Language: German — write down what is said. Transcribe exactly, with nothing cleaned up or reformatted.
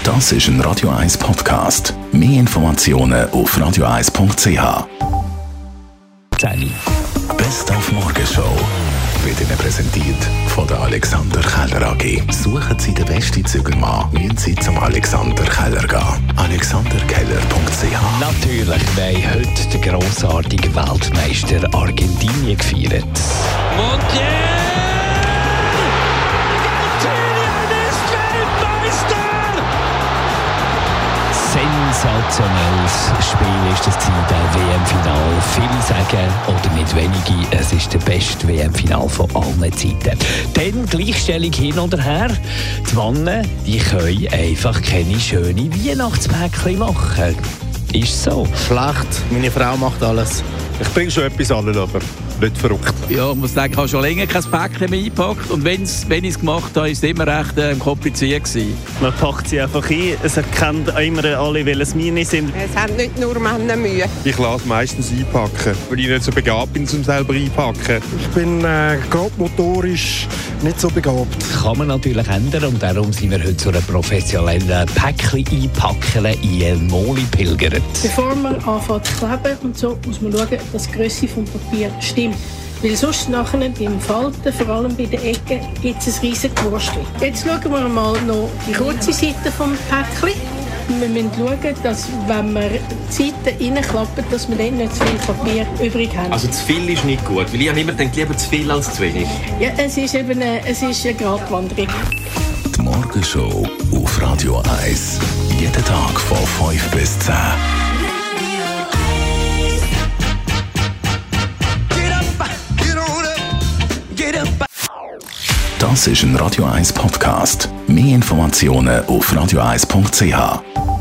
Das ist ein Radio eins Podcast. Mehr Informationen auf radio eins punkt c h. Best auf Morgenshow wird Ihnen präsentiert von der Alexander Keller A G. Suchen Sie den besten Zügelmann, müssen Sie zum Alexander Keller gehen. alexander keller punkt c h. Natürlich, wir haben heute den grossartigen Weltmeister Argentinien gefeiert. Montiel! Sensationelles Spiel ist das der W M-Final. Viele sagen, oder nicht wenige, es ist der beste W M-Final von allen Zeiten. Dann Gleichstellung hin oder her. Die Männer, die können einfach keine schönen Weihnachtspäckchen machen. Ist so. Schlecht. Meine Frau macht alles. Ich bringe schon etwas an, aber nicht verrückt. Ja, ich muss sagen, ich habe schon länger kein Päckchen mehr eingepackt. Und wenn's, wenn ich es gemacht habe, war es immer recht äh, kompliziert gewesen. Man packt sie einfach ein. Es erkennt auch immer alle, welches meine sind. Es haben nicht nur Männer Mühe. Ich lasse meistens einpacken, weil ich nicht so begabt bin, um selber einpacken. Ich bin äh, gerade motorisch nicht so begabt. Das kann man natürlich ändern und darum sind wir heute zu einer professionellen Päckchen einpacken in Moli pilgert. Bevor man anfängt zu kleben und so, muss man schauen, dass die Grösse vom Papier stimmt. Weil sonst nachher beim Falten, vor allem bei den Ecken, gibt es ein riesiges Wurstel. Jetzt schauen wir mal noch die kurze Seite vom Päckchen. Wir müssen schauen, dass, wenn wir die Seiten reinklappen, dass wir dann nicht zu viel Papier übrig haben. Also zu viel ist nicht gut, weil ich habe immer gedacht, lieber zu viel als zu wenig. Ja, es ist eben eine, es ist eine Gratwanderung. Die Morgenshow auf Radio eins. Jeden Tag von fünf bis zehn. Das ist ein Radio eins Podcast. Mehr Informationen auf radio eins punkt c h.